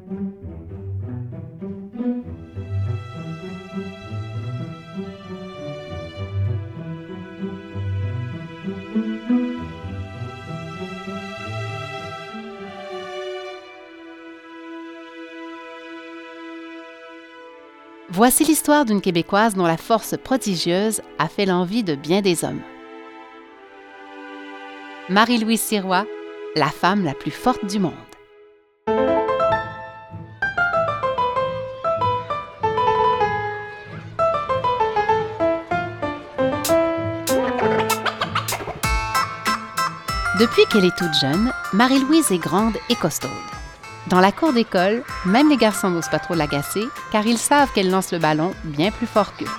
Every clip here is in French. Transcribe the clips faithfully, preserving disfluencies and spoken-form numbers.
Voici l'histoire d'une Québécoise dont la force prodigieuse a fait l'envie de bien des hommes. Marie-Louise Sirois, la femme la plus forte du monde. Depuis qu'elle est toute jeune, Marie-Louise est grande et costaude. Dans la cour d'école, même les garçons n'osent pas trop l'agacer, car ils savent qu'elle lance le ballon bien plus fort qu'eux.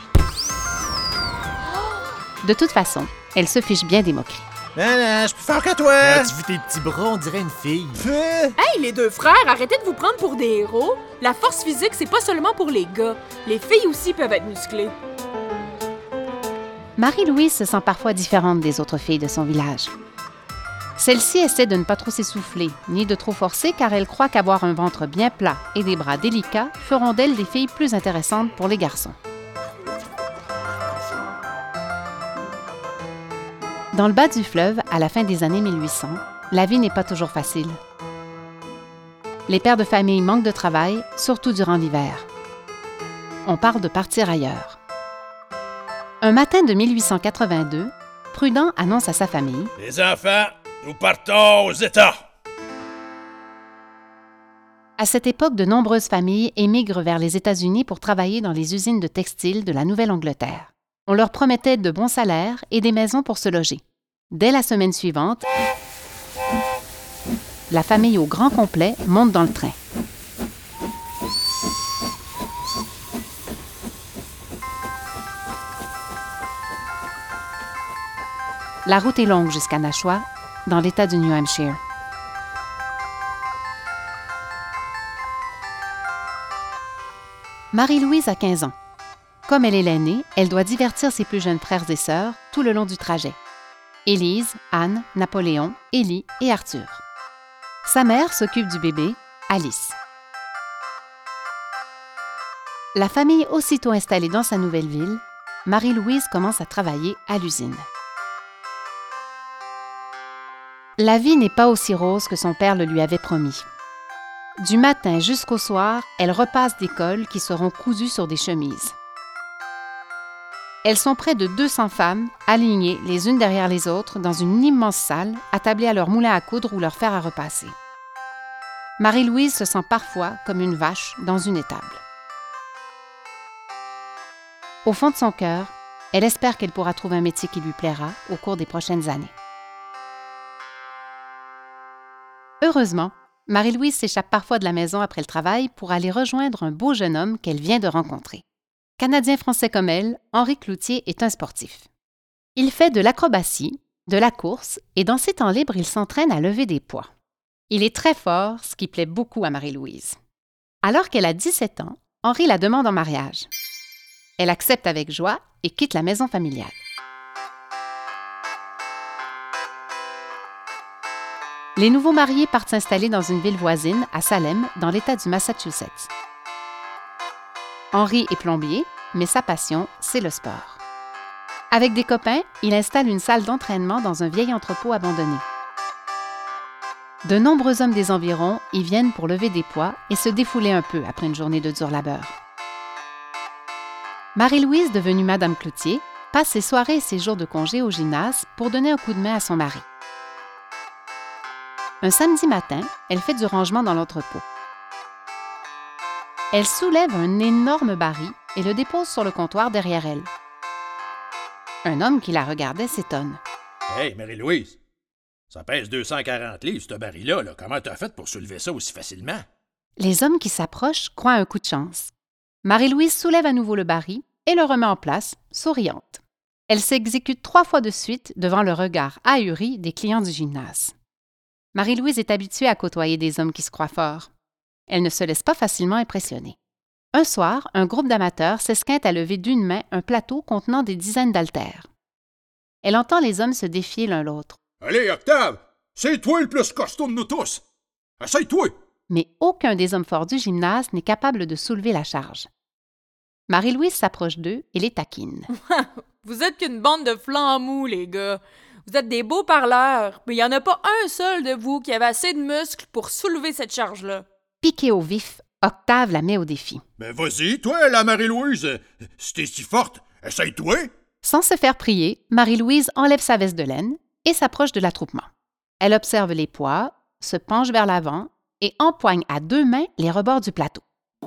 De toute façon, elle se fiche bien des moqueries. Non, non, je suis plus fort que toi! Quand tu vis tes petits bras, on dirait une fille. Hey, les deux frères, arrêtez de vous prendre pour des héros. La force physique, c'est pas seulement pour les gars. Les filles aussi peuvent être musclées. Marie-Louise se sent parfois différente des autres filles de son village. Celle-ci essaie de ne pas trop s'essouffler, ni de trop forcer, car elle croit qu'avoir un ventre bien plat et des bras délicats feront d'elle des filles plus intéressantes pour les garçons. Dans le bas du fleuve, à la fin des années mille huit cents, la vie n'est pas toujours facile. Les pères de famille manquent de travail, surtout durant l'hiver. On parle de partir ailleurs. Un matin de mille huit cent quatre-vingt-deux, Prudent annonce à sa famille « Les enfants, nous partons aux États! » À cette époque, de nombreuses familles émigrent vers les États-Unis pour travailler dans les usines de textiles de la Nouvelle-Angleterre. On leur promettait de bons salaires et des maisons pour se loger. Dès la semaine suivante, la famille au grand complet monte dans le train. La route est longue jusqu'à Nashua, dans l'État du New Hampshire. Marie-Louise a quinze ans. Comme elle est l'aînée, elle doit divertir ses plus jeunes frères et sœurs tout le long du trajet. Élise, Anne, Napoléon, Élie et Arthur. Sa mère s'occupe du bébé, Alice. La famille aussitôt installée dans sa nouvelle ville, Marie-Louise commence à travailler à l'usine. La vie n'est pas aussi rose que son père le lui avait promis. Du matin jusqu'au soir, elle repasse des cols qui seront cousus sur des chemises. Elles sont près de deux cents femmes, alignées les unes derrière les autres dans une immense salle, attablées à leur moulin à coudre ou leur fer à repasser. Marie-Louise se sent parfois comme une vache dans une étable. Au fond de son cœur, elle espère qu'elle pourra trouver un métier qui lui plaira au cours des prochaines années. Heureusement, Marie-Louise s'échappe parfois de la maison après le travail pour aller rejoindre un beau jeune homme qu'elle vient de rencontrer. Canadien-français comme elle, Henri Cloutier est un sportif. Il fait de l'acrobatie, de la course et dans ses temps libres, il s'entraîne à lever des poids. Il est très fort, ce qui plaît beaucoup à Marie-Louise. Alors qu'elle a dix-sept ans, Henri la demande en mariage. Elle accepte avec joie et quitte la maison familiale. Les nouveaux mariés partent s'installer dans une ville voisine, à Salem, dans l'État du Massachusetts. Henri est plombier, mais sa passion, c'est le sport. Avec des copains, il installe une salle d'entraînement dans un vieil entrepôt abandonné. De nombreux hommes des environs y viennent pour lever des poids et se défouler un peu après une journée de dur labeur. Marie-Louise, devenue Madame Cloutier, passe ses soirées et ses jours de congé au gymnase pour donner un coup de main à son mari. Un samedi matin, elle fait du rangement dans l'entrepôt. Elle soulève un énorme baril et le dépose sur le comptoir derrière elle. Un homme qui la regardait s'étonne. « Hey, Marie-Louise, ça pèse deux cent quarante livres, ce baril-là. Là. Comment t'as fait pour soulever ça aussi facilement? » Les hommes qui s'approchent croient à un coup de chance. Marie-Louise soulève à nouveau le baril et le remet en place, souriante. Elle s'exécute trois fois de suite devant le regard ahuri des clients du gymnase. Marie-Louise est habituée à côtoyer des hommes qui se croient forts. Elle ne se laisse pas facilement impressionner. Un soir, un groupe d'amateurs s'esquinte à lever d'une main un plateau contenant des dizaines d'haltères. Elle entend les hommes se défier l'un l'autre. « Allez, Octave, c'est toi le plus costaud de nous tous! Essaye-toi! » mais aucun des hommes forts du gymnase n'est capable de soulever la charge. Marie-Louise s'approche d'eux et les taquine. Vous êtes qu'une bande de flambous, les gars. Vous êtes des beaux parleurs, mais il n'y en a pas un seul de vous qui avait assez de muscles pour soulever cette charge-là. Piqué au vif, Octave la met au défi. Ben vas-y, toi, la Marie-Louise. Si t'es si forte, essaye-toi. Sans se faire prier, Marie-Louise enlève sa veste de laine et s'approche de l'attroupement. Elle observe les poids, se penche vers l'avant et empoigne à deux mains les rebords du plateau.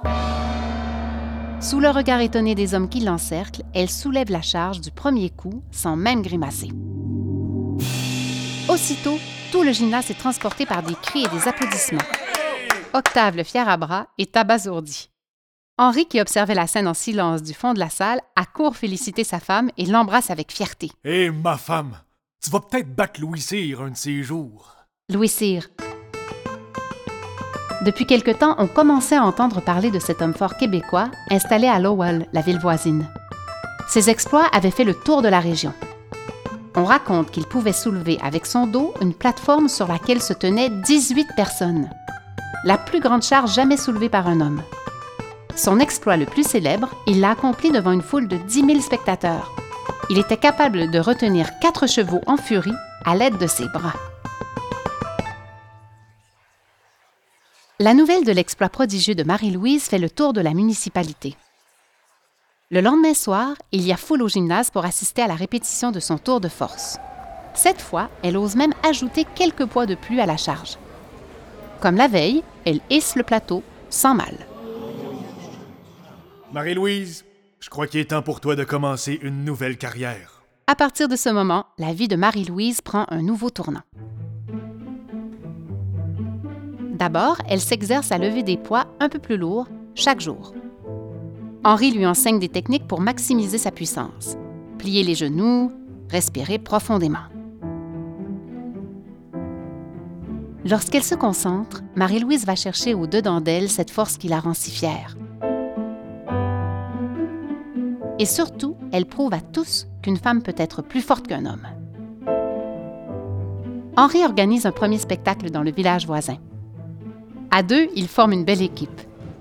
Sous le regard étonné des hommes qui l'encerclent, elle soulève la charge du premier coup sans même grimacer. Aussitôt, tout le gymnase est transporté par des cris et des applaudissements. Octave, le fier à bras, est abasourdi. Henri, qui observait la scène en silence du fond de la salle, accourt féliciter sa femme et l'embrasse avec fierté. « Hé, ma femme, tu vas peut-être battre Louis Cyr un de ces jours. » Louis Cyr. Depuis quelque temps, on commençait à entendre parler de cet homme fort québécois installé à Lowell, la ville voisine. Ses exploits avaient fait le tour de la région. On raconte qu'il pouvait soulever avec son dos une plateforme sur laquelle se tenaient dix-huit personnes. La plus grande charge jamais soulevée par un homme. Son exploit le plus célèbre, il l'a accompli devant une foule de dix mille spectateurs. Il était capable de retenir quatre chevaux en furie à l'aide de ses bras. La nouvelle de l'exploit prodigieux de Marie-Louise fait le tour de la municipalité. Le lendemain soir, il y a foule au gymnase pour assister à la répétition de son tour de force. Cette fois, elle ose même ajouter quelques poids de plus à la charge. Comme la veille, elle hisse le plateau sans mal. Marie-Louise, je crois qu'il est temps pour toi de commencer une nouvelle carrière. À partir de ce moment, la vie de Marie-Louise prend un nouveau tournant. D'abord, elle s'exerce à lever des poids un peu plus lourds chaque jour. Henri lui enseigne des techniques pour maximiser sa puissance. Plier les genoux, respirer profondément. Lorsqu'elle se concentre, Marie-Louise va chercher au-dedans d'elle cette force qui la rend si fière. Et surtout, elle prouve à tous qu'une femme peut être plus forte qu'un homme. Henri organise un premier spectacle dans le village voisin. À deux, ils forment une belle équipe.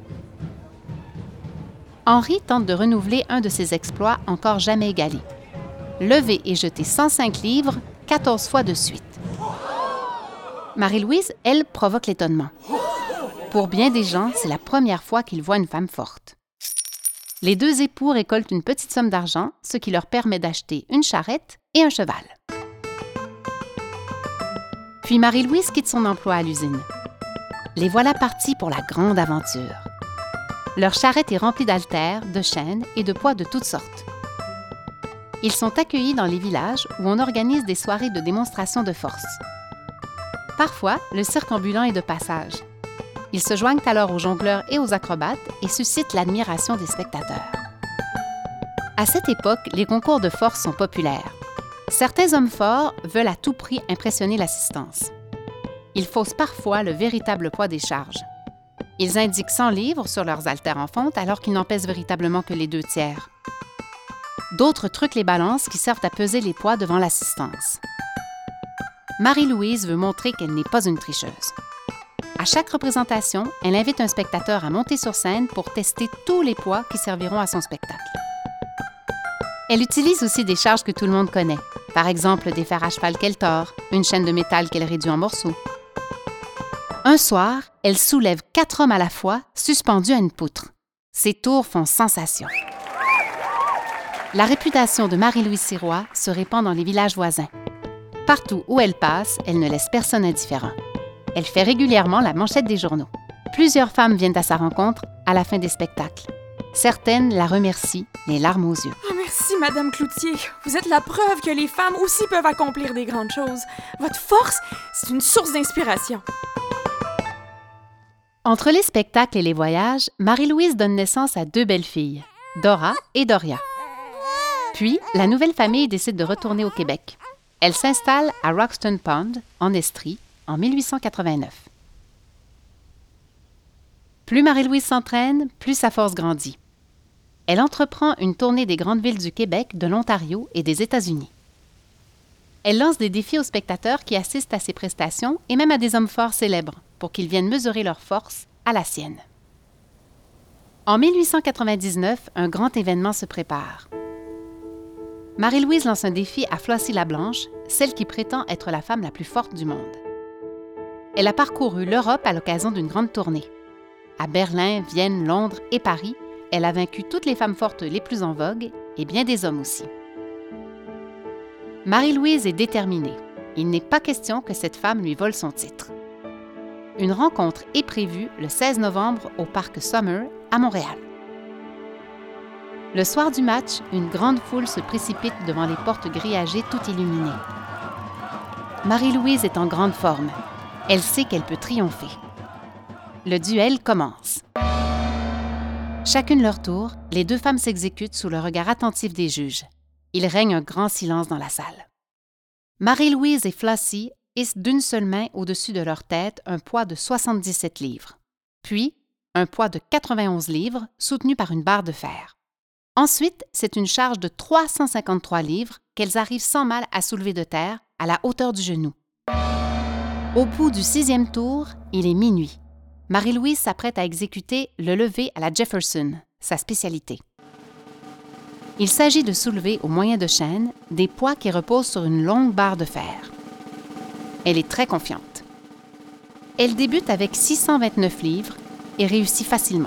Henri tente de renouveler un de ses exploits encore jamais égalés. Lever et jeter cent cinq livres quatorze fois de suite. Marie-Louise, elle, provoque l'étonnement. Pour bien des gens, c'est la première fois qu'ils voient une femme forte. Les deux époux récoltent une petite somme d'argent, ce qui leur permet d'acheter une charrette et un cheval. Puis Marie-Louise quitte son emploi à l'usine. Les voilà partis pour la grande aventure. Leur charrette est remplie d'haltères, de chaînes et de poids de toutes sortes. Ils sont accueillis dans les villages où on organise des soirées de démonstration de force. Parfois, le cirque ambulant est de passage. Ils se joignent alors aux jongleurs et aux acrobates et suscitent l'admiration des spectateurs. À cette époque, les concours de force sont populaires. Certains hommes forts veulent à tout prix impressionner l'assistance. Ils faussent parfois le véritable poids des charges. Ils indiquent cent livres sur leurs haltères en fonte alors qu'ils n'en pèsent véritablement que les deux tiers. D'autres truquent les balances qui servent à peser les poids devant l'assistance. Marie-Louise veut montrer qu'elle n'est pas une tricheuse. À chaque représentation, elle invite un spectateur à monter sur scène pour tester tous les poids qui serviront à son spectacle. Elle utilise aussi des charges que tout le monde connaît, par exemple des fers à cheval qu'elle tord, une chaîne de métal qu'elle réduit en morceaux. Un soir, elle soulève quatre hommes à la fois, suspendus à une poutre. Ces tours font sensation. La réputation de Marie-Louise Sirois se répand dans les villages voisins. Partout où elle passe, elle ne laisse personne indifférent. Elle fait régulièrement la manchette des journaux. Plusieurs femmes viennent à sa rencontre à la fin des spectacles. Certaines la remercient, les larmes aux yeux. Oh, merci, Madame Cloutier. Vous êtes la preuve que les femmes aussi peuvent accomplir des grandes choses. Votre force, c'est une source d'inspiration. Entre les spectacles et les voyages, Marie-Louise donne naissance à deux belles filles, Dora et Doria. Puis, la nouvelle famille décide de retourner au Québec. Elle s'installe à Roxton Pond, en Estrie, en mille huit cent quatre-vingt-neuf. Plus Marie-Louise s'entraîne, plus sa force grandit. Elle entreprend une tournée des grandes villes du Québec, de l'Ontario et des États-Unis. Elle lance des défis aux spectateurs qui assistent à ses prestations et même à des hommes forts célèbres, pour qu'ils viennent mesurer leur force à la sienne. En mille huit cent quatre-vingt-dix-neuf, un grand événement se prépare. Marie-Louise lance un défi à Flossie Lablanche, celle qui prétend être la femme la plus forte du monde. Elle a parcouru l'Europe à l'occasion d'une grande tournée. À Berlin, Vienne, Londres et Paris, elle a vaincu toutes les femmes fortes les plus en vogue et bien des hommes aussi. Marie-Louise est déterminée. Il n'est pas question que cette femme lui vole son titre. Une rencontre est prévue le seize novembre au parc Summer à Montréal. Le soir du match, une grande foule se précipite devant les portes grillagées toutes illuminées. Marie-Louise est en grande forme. Elle sait qu'elle peut triompher. Le duel commence. Chacune leur tour, les deux femmes s'exécutent sous le regard attentif des juges. Il règne un grand silence dans la salle. Marie-Louise et Flossie hissent d'une seule main au-dessus de leur tête un poids de soixante-dix-sept livres, puis un poids de quatre-vingt-onze livres soutenu par une barre de fer. Ensuite, c'est une charge de trois cent cinquante-trois livres qu'elles arrivent sans mal à soulever de terre à la hauteur du genou. Au bout du sixième tour, il est minuit. Marie-Louise s'apprête à exécuter le lever à la Jefferson, sa spécialité. Il s'agit de soulever au moyen de chaînes des poids qui reposent sur une longue barre de fer. Elle est très confiante. Elle débute avec six cent vingt-neuf livres et réussit facilement.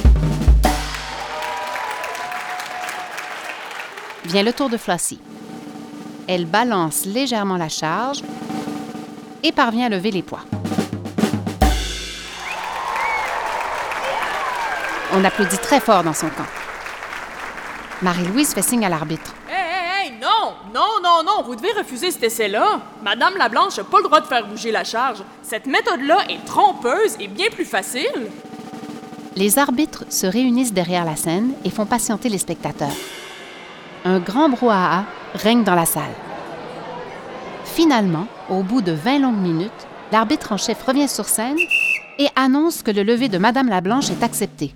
Vient le tour de Flossie. Elle balance légèrement la charge et parvient à lever les poids. On applaudit très fort dans son camp. Marie-Louise fait signe à l'arbitre. Hé, hé, hé, non! Non, non, non! Vous devez refuser cet essai-là! Madame Lablanche n'a pas le droit de faire bouger la charge. Cette méthode-là est trompeuse et bien plus facile. Les arbitres se réunissent derrière la scène et font patienter les spectateurs. Un grand brouhaha règne dans la salle. Finalement, au bout de vingt longues minutes, l'arbitre en chef revient sur scène et annonce que le lever de Madame Lablanche est accepté.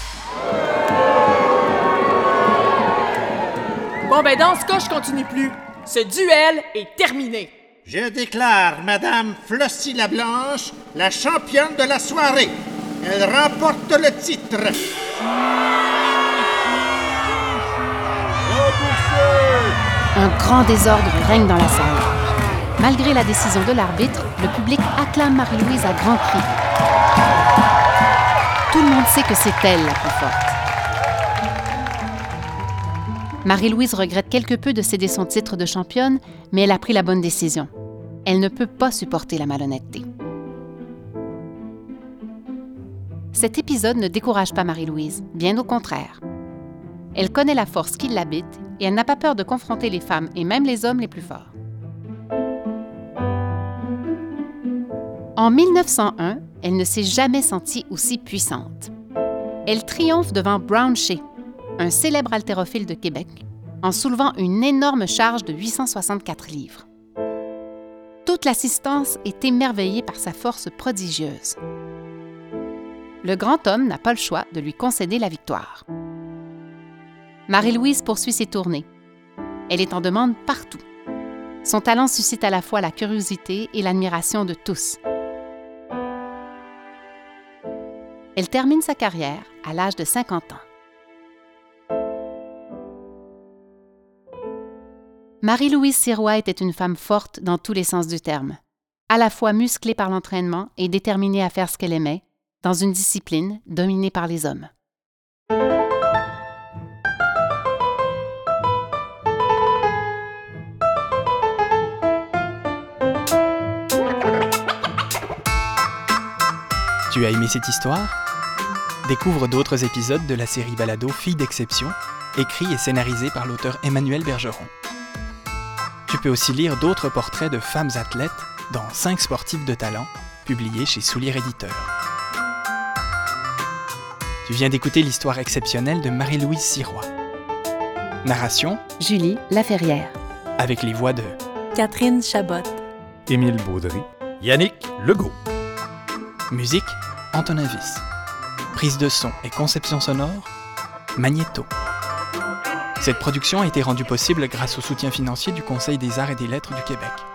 Bon, ben dans ce cas, je continue plus. Ce duel est terminé. Je déclare Madame Flossie Lablanche la championne de la soirée. Elle remporte le titre. Un grand désordre règne dans la salle. Malgré la décision de l'arbitre, le public acclame Marie-Louise à grands cris. Tout le monde sait que c'est elle la plus forte. Marie-Louise regrette quelque peu de céder son titre de championne, mais elle a pris la bonne décision. Elle ne peut pas supporter la malhonnêteté. Cet épisode ne décourage pas Marie-Louise, bien au contraire. Elle connaît la force qui l'habite et elle n'a pas peur de confronter les femmes et même les hommes les plus forts. En mille neuf cent un, elle ne s'est jamais sentie aussi puissante. Elle triomphe devant Brown Shea, un célèbre haltérophile de Québec, en soulevant une énorme charge de huit cent soixante-quatre livres. Toute l'assistance est émerveillée par sa force prodigieuse. Le grand homme n'a pas le choix de lui concéder la victoire. Marie-Louise poursuit ses tournées. Elle est en demande partout. Son talent suscite à la fois la curiosité et l'admiration de tous. Elle termine sa carrière à l'âge de cinquante ans. Marie-Louise Sirois était une femme forte dans tous les sens du terme, à la fois musclée par l'entraînement et déterminée à faire ce qu'elle aimait, dans une discipline dominée par les hommes. Tu as aimé cette histoire? Découvre d'autres épisodes de la série balado Filles d'exception, écrit et scénarisé par l'auteur Emmanuel Bergeron. Tu peux aussi lire d'autres portraits de femmes athlètes dans cinq sportifs de talent, publiés chez Soulière Éditeur. Tu viens d'écouter l'histoire exceptionnelle de Marie-Louise Sirois. Narration Julie Laferrière. avec les voix de Catherine Chabot. Émile Baudry. Yannick Legault. musique Antonin Vyss. Prise de son et conception sonore Magnéto. Cette production a été rendue possible grâce au soutien financier du Conseil des arts et des lettres du Québec.